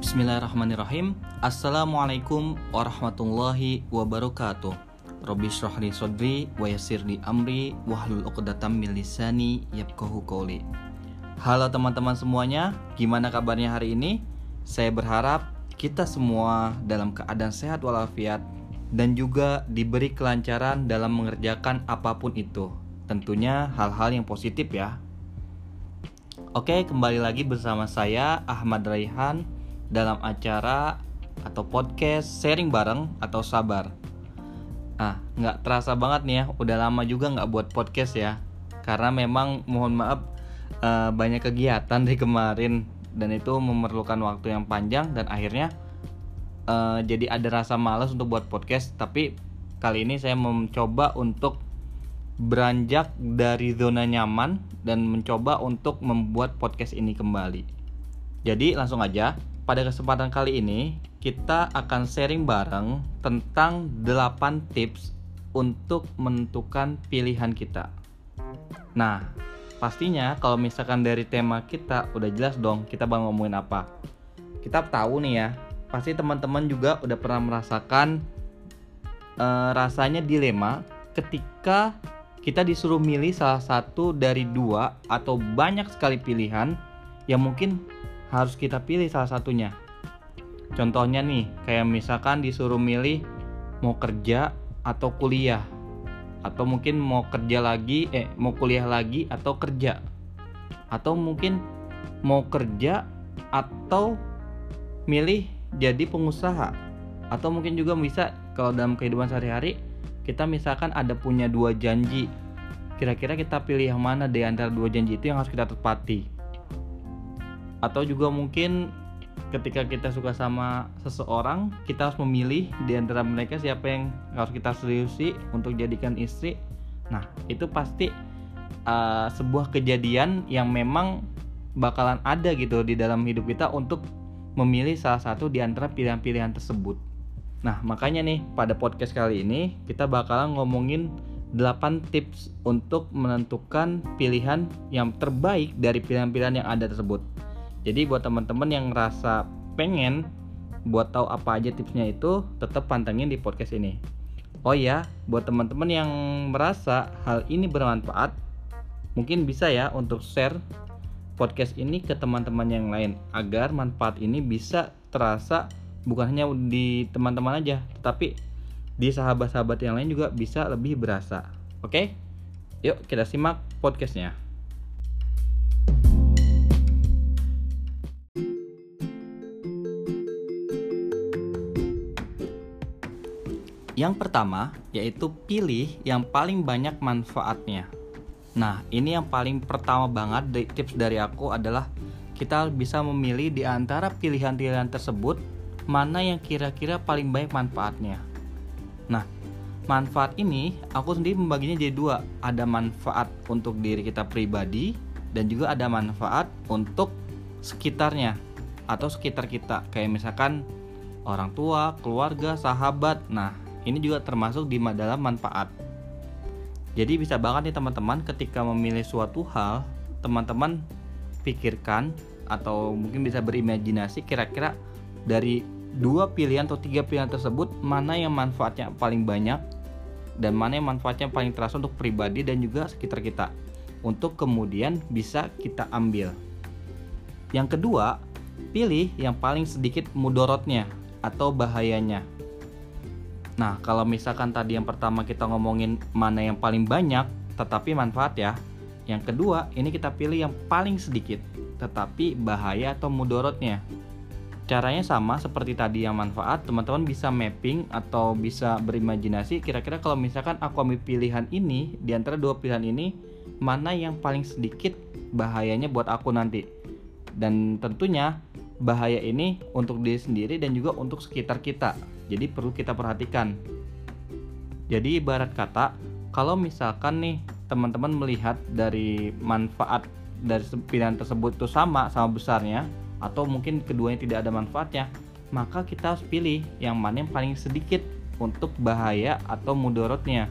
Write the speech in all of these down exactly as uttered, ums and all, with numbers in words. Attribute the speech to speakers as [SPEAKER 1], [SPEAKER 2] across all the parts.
[SPEAKER 1] Bismillahirrahmanirrahim. Assalamualaikum warahmatullahi wabarakatuh. Rabbi shrah li sadri wa yassir li amri wahlul 'uqdatam min lisani yafqahu qawli. Halo teman-teman semuanya, gimana kabarnya hari ini? Saya berharap kita semua dalam keadaan sehat walafiat dan juga diberi kelancaran dalam mengerjakan apapun itu. Tentunya hal-hal yang positif ya. Oke, kembali lagi bersama saya Ahmad Raihan dalam acara atau podcast sharing bareng atau sabar. Ah, nggak terasa banget nih ya, udah lama juga nggak buat podcast ya. Karena memang mohon maaf uh, banyak kegiatan dari kemarin dan itu memerlukan waktu yang panjang dan akhirnya uh, jadi ada rasa malas untuk buat podcast. Tapi kali ini saya mencoba untuk beranjak dari zona nyaman dan mencoba untuk membuat podcast ini kembali. Jadi langsung aja. Pada kesempatan kali ini, kita akan sharing bareng tentang delapan tips untuk menentukan pilihan kita. Nah, pastinya kalau misalkan dari tema kita udah jelas dong kita bakal ngomongin apa. Kita tahu nih ya, pasti teman-teman juga udah pernah merasakan uh, rasanya dilema ketika kita disuruh milih salah satu dari dua atau banyak sekali pilihan yang mungkin harus kita pilih salah satunya. Contohnya nih, kayak misalkan disuruh milih mau kerja atau kuliah, atau mungkin mau kerja lagi, eh mau kuliah lagi atau kerja, atau mungkin mau kerja atau milih jadi pengusaha, atau mungkin juga bisa kalau dalam kehidupan sehari-hari kita misalkan ada punya dua janji, kira-kira kita pilih yang mana di antara dua janji itu yang harus kita tepati. Atau juga mungkin ketika kita suka sama seseorang, kita harus memilih di antara mereka siapa yang harus kita seriusi untuk jadikan istri. Nah, itu pasti uh, sebuah kejadian yang memang bakalan ada gitu di dalam hidup kita untuk memilih salah satu di antara pilihan-pilihan tersebut. Nah, makanya nih pada podcast kali ini kita bakalan ngomongin delapan tips untuk menentukan pilihan yang terbaik dari pilihan-pilihan yang ada tersebut. Jadi buat teman-teman yang ngerasa pengen buat tahu apa aja tipsnya itu, tetap pantengin di podcast ini. Oh ya, buat teman-teman yang merasa hal ini bermanfaat, mungkin bisa ya untuk share podcast ini ke teman-teman yang lain agar manfaat ini bisa terasa bukan hanya di teman-teman aja, tetapi di sahabat-sahabat yang lain juga bisa lebih berasa. Oke? Yuk kita simak podcastnya. Yang pertama yaitu pilih yang paling banyak manfaatnya. Nah, ini yang paling pertama banget tips dari aku adalah kita bisa memilih di antara pilihan-pilihan tersebut mana yang kira-kira paling banyak manfaatnya. Nah, manfaat ini aku sendiri membaginya jadi dua. Ada manfaat untuk diri kita pribadi dan juga ada manfaat untuk sekitarnya atau sekitar kita. Kayak misalkan orang tua, keluarga, sahabat. Nah, ini juga termasuk di dalam manfaat. Jadi bisa banget nih teman-teman ketika memilih suatu hal, teman-teman pikirkan atau mungkin bisa berimajinasi kira-kira dari dua pilihan atau tiga pilihan tersebut mana yang manfaatnya paling banyak dan mana yang manfaatnya paling terasa untuk pribadi dan juga sekitar kita untuk kemudian bisa kita ambil. Yang kedua, pilih yang paling sedikit mudorotnya atau bahayanya. Nah, kalau misalkan tadi yang pertama kita ngomongin mana yang paling banyak tetapi manfaat ya. Yang kedua, ini kita pilih yang paling sedikit tetapi bahaya atau mudorotnya. Caranya sama seperti tadi yang manfaat, teman-teman bisa mapping atau bisa berimajinasi kira-kira kalau misalkan aku ambil pilihan ini di antara dua pilihan ini, mana yang paling sedikit bahayanya buat aku nanti. Dan tentunya bahaya ini untuk diri sendiri dan juga untuk sekitar kita. Jadi perlu kita perhatikan. Jadi ibarat kata, kalau misalkan nih teman-teman melihat dari manfaat dari pilihan tersebut itu sama sama besarnya, atau mungkin keduanya tidak ada manfaatnya, maka kita harus pilih yang mana yang paling sedikit untuk bahaya atau mudorotnya.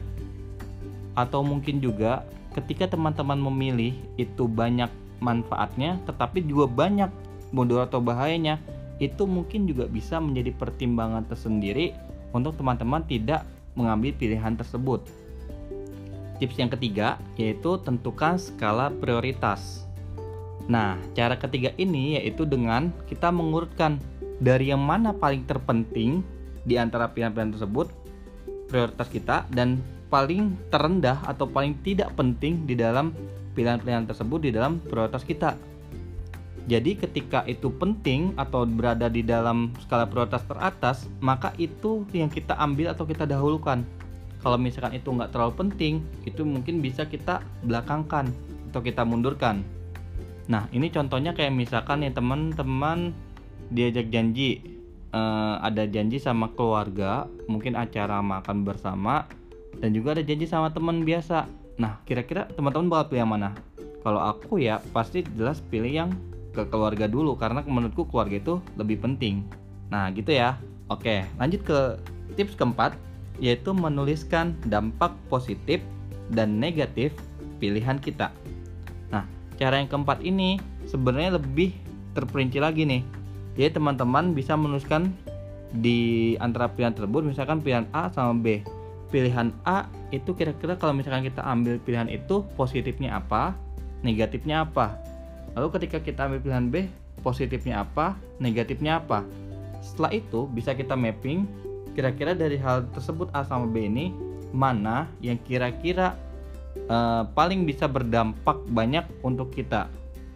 [SPEAKER 1] Atau mungkin juga ketika teman-teman memilih itu banyak manfaatnya tetapi juga banyak mudarat atau bahayanya, itu mungkin juga bisa menjadi pertimbangan tersendiri untuk teman-teman tidak mengambil pilihan tersebut. Tips yang ketiga yaitu tentukan skala prioritas. Nah, cara ketiga ini yaitu dengan kita mengurutkan dari yang mana paling terpenting di antara pilihan-pilihan tersebut, prioritas kita, dan paling terendah atau paling tidak penting di dalam pilihan-pilihan tersebut di dalam prioritas kita. Jadi ketika itu penting atau berada di dalam skala prioritas teratas, maka itu yang kita ambil atau kita dahulukan. Kalau misalkan itu nggak terlalu penting, itu mungkin bisa kita belakangkan atau kita mundurkan. Nah, ini contohnya kayak misalkan nih teman-teman diajak janji, eh, ada janji sama keluarga, mungkin acara makan bersama, dan juga ada janji sama teman biasa. Nah, kira-kira teman-teman bakal pilih yang mana? Kalau aku ya pasti jelas pilih yang ke keluarga dulu, karena menurutku keluarga itu lebih penting. Nah gitu ya. Oke, lanjut ke tips keempat, yaitu menuliskan dampak positif dan negatif pilihan kita. Nah, cara yang keempat ini sebenarnya lebih terperinci lagi nih. Jadi teman-teman bisa menuliskan di antara pilihan tersebut, misalkan pilihan A sama B. Pilihan A itu kira-kira kalau misalkan kita ambil pilihan itu positifnya apa, negatifnya apa. Lalu ketika kita ambil pilihan B, positifnya apa, negatifnya apa. Setelah itu bisa kita mapping, kira-kira dari hal tersebut A sama B ini mana yang kira-kira uh, paling bisa berdampak banyak untuk kita.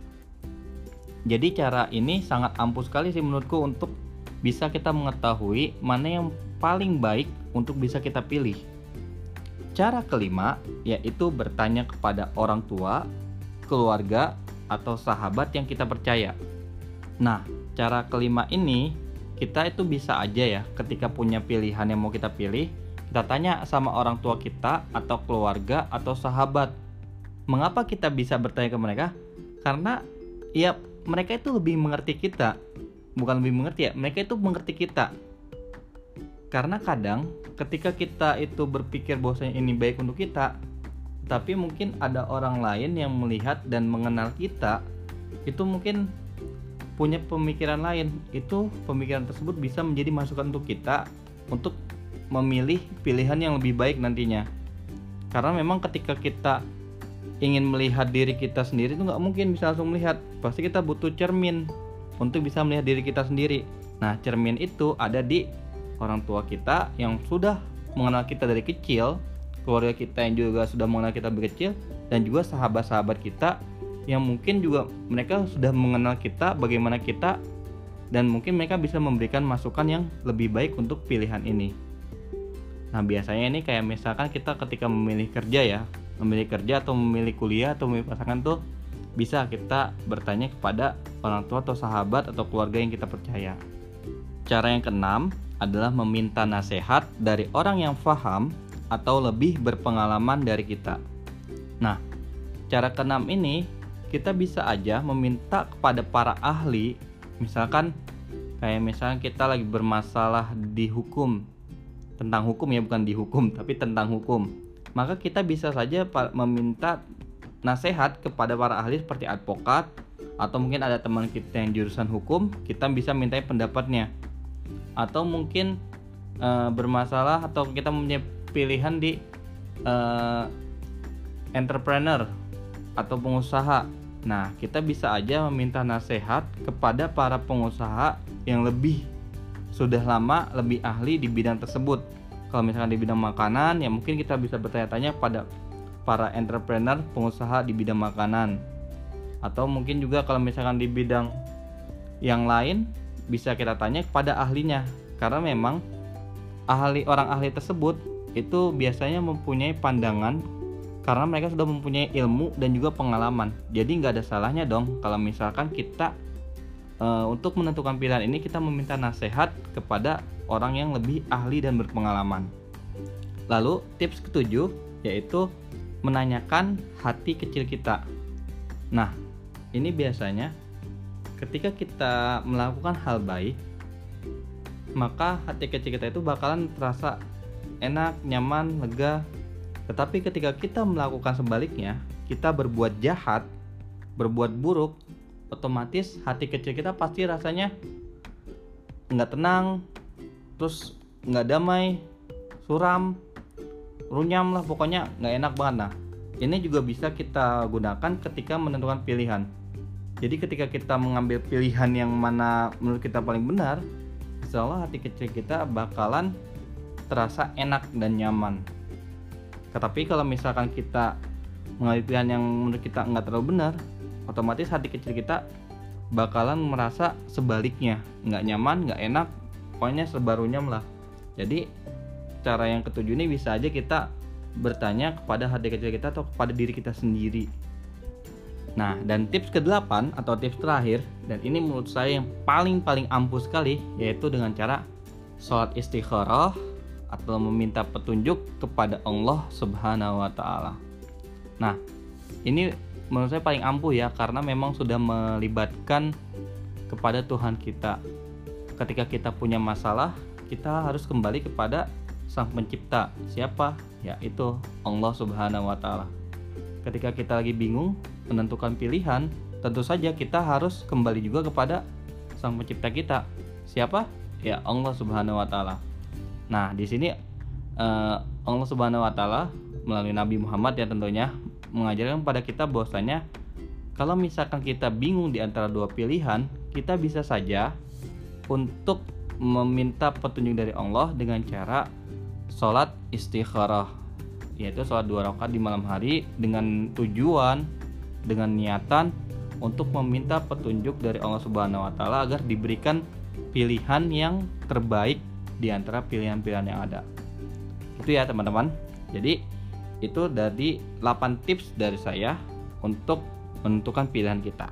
[SPEAKER 1] Jadi cara ini sangat ampuh sekali sih menurutku untuk bisa kita mengetahui mana yang paling baik untuk bisa kita pilih. Cara kelima yaitu bertanya kepada orang tua, keluarga, atau sahabat yang kita percaya. Nah, cara kelima ini kita itu bisa aja ya ketika punya pilihan yang mau kita pilih, kita tanya sama orang tua kita atau keluarga atau sahabat. Mengapa kita bisa bertanya ke mereka? Karena ya mereka itu lebih mengerti kita. Bukan lebih mengerti ya, mereka itu mengerti kita. Karena kadang ketika kita itu berpikir bahwasanya ini baik untuk kita, tapi mungkin ada orang lain yang melihat dan mengenal kita, itu mungkin punya pemikiran lain. Itu pemikiran tersebut bisa menjadi masukan untuk kita untuk memilih pilihan yang lebih baik nantinya. Karena memang ketika kita ingin melihat diri kita sendiri itu nggak mungkin bisa langsung melihat. Pasti kita butuh cermin untuk bisa melihat diri kita sendiri. Nah, cermin itu ada di orang tua kita yang sudah mengenal kita dari kecil, keluarga kita yang juga sudah mengenal kita dari kecil, dan juga sahabat-sahabat kita yang mungkin juga mereka sudah mengenal kita, bagaimana kita, dan mungkin mereka bisa memberikan masukan yang lebih baik untuk pilihan ini. Nah, biasanya ini kayak misalkan kita ketika memilih kerja ya, memilih kerja atau memilih kuliah atau memilih pasangan tuh bisa kita bertanya kepada orang tua atau sahabat atau keluarga yang kita percaya. Cara yang keenam adalah meminta nasihat dari orang yang paham atau lebih berpengalaman dari kita. Nah, cara keenam ini kita bisa aja meminta kepada para ahli, misalkan kayak misalkan kita lagi bermasalah di hukum, tentang hukum ya, bukan dihukum tapi tentang hukum. Maka kita bisa saja meminta nasihat kepada para ahli seperti advokat, atau mungkin ada teman kita yang jurusan hukum, kita bisa minta pendapatnya. Atau mungkin e, bermasalah atau kita mempunyai pilihan di e, entrepreneur atau pengusaha. Nah, kita bisa aja meminta nasihat kepada para pengusaha yang lebih sudah lama, lebih ahli di bidang tersebut. Kalau misalkan di bidang makanan, ya mungkin kita bisa bertanya-tanya pada para entrepreneur, pengusaha di bidang makanan. Atau mungkin juga kalau misalkan di bidang yang lain, bisa kita tanya kepada ahlinya. Karena memang ahli orang ahli tersebut itu biasanya mempunyai pandangan, karena mereka sudah mempunyai ilmu dan juga pengalaman. Jadi nggak ada salahnya dong kalau misalkan kita e, untuk menentukan pilihan ini kita meminta nasihat kepada orang yang lebih ahli dan berpengalaman. Lalu tips ketujuh yaitu menanyakan hati kecil kita. Nah, ini biasanya ketika kita melakukan hal baik, maka hati kecil kita itu bakalan terasa enak, nyaman, lega. Tetapi ketika kita melakukan sebaliknya, kita berbuat jahat, berbuat buruk, otomatis hati kecil kita pasti rasanya nggak tenang, terus nggak damai, suram, runyam lah, pokoknya nggak enak banget. Nah, ini juga bisa kita gunakan ketika menentukan pilihan. Jadi ketika kita mengambil pilihan yang mana menurut kita paling benar, insya Allah hati kecil kita bakalan terasa enak dan nyaman. Tetapi kalau misalkan kita mengambil pilihan yang menurut kita nggak terlalu benar, otomatis hati kecil kita bakalan merasa sebaliknya, nggak nyaman, nggak enak, pokoknya serba runyam lah. Jadi cara yang ketujuh ini bisa aja kita bertanya kepada hati kecil kita atau kepada diri kita sendiri. Nah, dan tips kedelapan atau tips terakhir, dan ini menurut saya yang paling-paling ampuh sekali, yaitu dengan cara sholat istikharah atau meminta petunjuk kepada Allah Subhanahu wa Ta'ala. Nah, ini menurut saya paling ampuh ya, karena memang sudah melibatkan kepada Tuhan kita. Ketika kita punya masalah, kita harus kembali kepada Sang Pencipta. Siapa? Ya, itu Allah Subhanahu wa Ta'ala. Ketika kita lagi bingung menentukan pilihan, tentu saja kita harus kembali juga kepada Sang Pencipta kita. Siapa? Ya, Allah Subhanahu wa Ta'ala. Nah, di sini uh, Allah Subhanahu wa Ta'ala melalui Nabi Muhammad ya tentunya mengajarkan pada kita bahwasanya kalau misalkan kita bingung di antara dua pilihan, kita bisa saja untuk meminta petunjuk dari Allah dengan cara sholat istikharah, yaitu sholat dua rakaat di malam hari dengan tujuan, dengan niatan untuk meminta petunjuk dari Allah Subhanahu wa Ta'ala agar diberikan pilihan yang terbaik di antara pilihan-pilihan yang ada. Itu ya teman-teman. Jadi itu dari delapan tips dari saya untuk menentukan pilihan kita.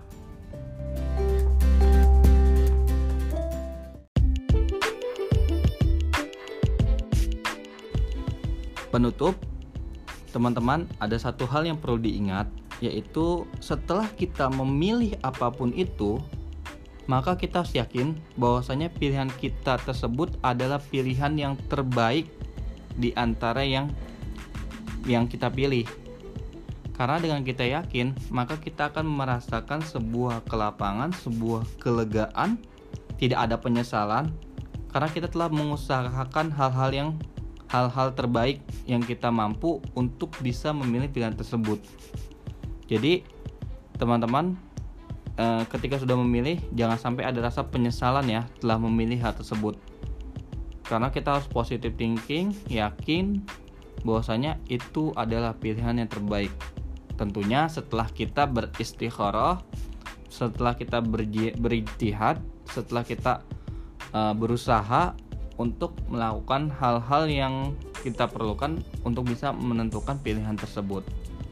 [SPEAKER 1] Penutup, teman-teman, ada satu hal yang perlu diingat, yaitu setelah kita memilih apapun itu, maka kita harus yakin bahwasanya pilihan kita tersebut adalah pilihan yang terbaik di antara yang yang kita pilih. Karena dengan kita yakin, maka kita akan merasakan sebuah kelapangan, sebuah kelegaan, tidak ada penyesalan, karena kita telah mengusahakan hal-hal yang hal-hal terbaik yang kita mampu untuk bisa memilih pilihan tersebut. Jadi teman-teman, eh, ketika sudah memilih, jangan sampai ada rasa penyesalan ya telah memilih hal tersebut. Karena kita harus positive thinking, yakin bahwasanya itu adalah pilihan yang terbaik. Tentunya setelah kita beristikharah, setelah kita berijtihad, setelah kita uh, berusaha untuk melakukan hal-hal yang kita perlukan untuk bisa menentukan pilihan tersebut.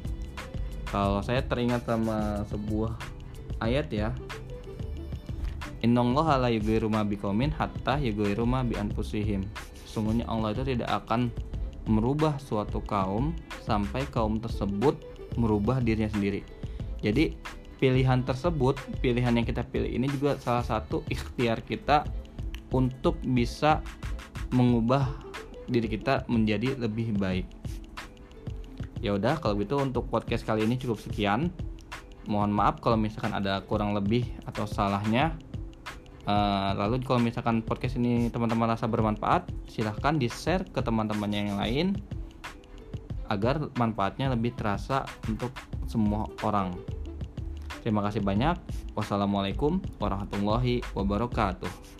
[SPEAKER 1] Kalau saya teringat sama sebuah ayat ya, Innallaha la yughayyiru ma biqaumin hatta yughayyiru ma bi anfusihim. Sungguhnya Allah itu tidak akan merubah suatu kaum sampai kaum tersebut merubah dirinya sendiri. Jadi pilihan tersebut, pilihan yang kita pilih ini juga salah satu ikhtiar kita untuk bisa mengubah diri kita menjadi lebih baik. Ya udah, kalau gitu untuk podcast kali ini cukup sekian. Mohon maaf kalau misalkan ada kurang lebih atau salahnya. Uh, lalu kalau misalkan podcast ini teman-teman rasa bermanfaat, silahkan di-share ke teman-temannya yang lain agar manfaatnya lebih terasa untuk semua orang. Terima kasih banyak. Wassalamualaikum warahmatullahi wabarakatuh.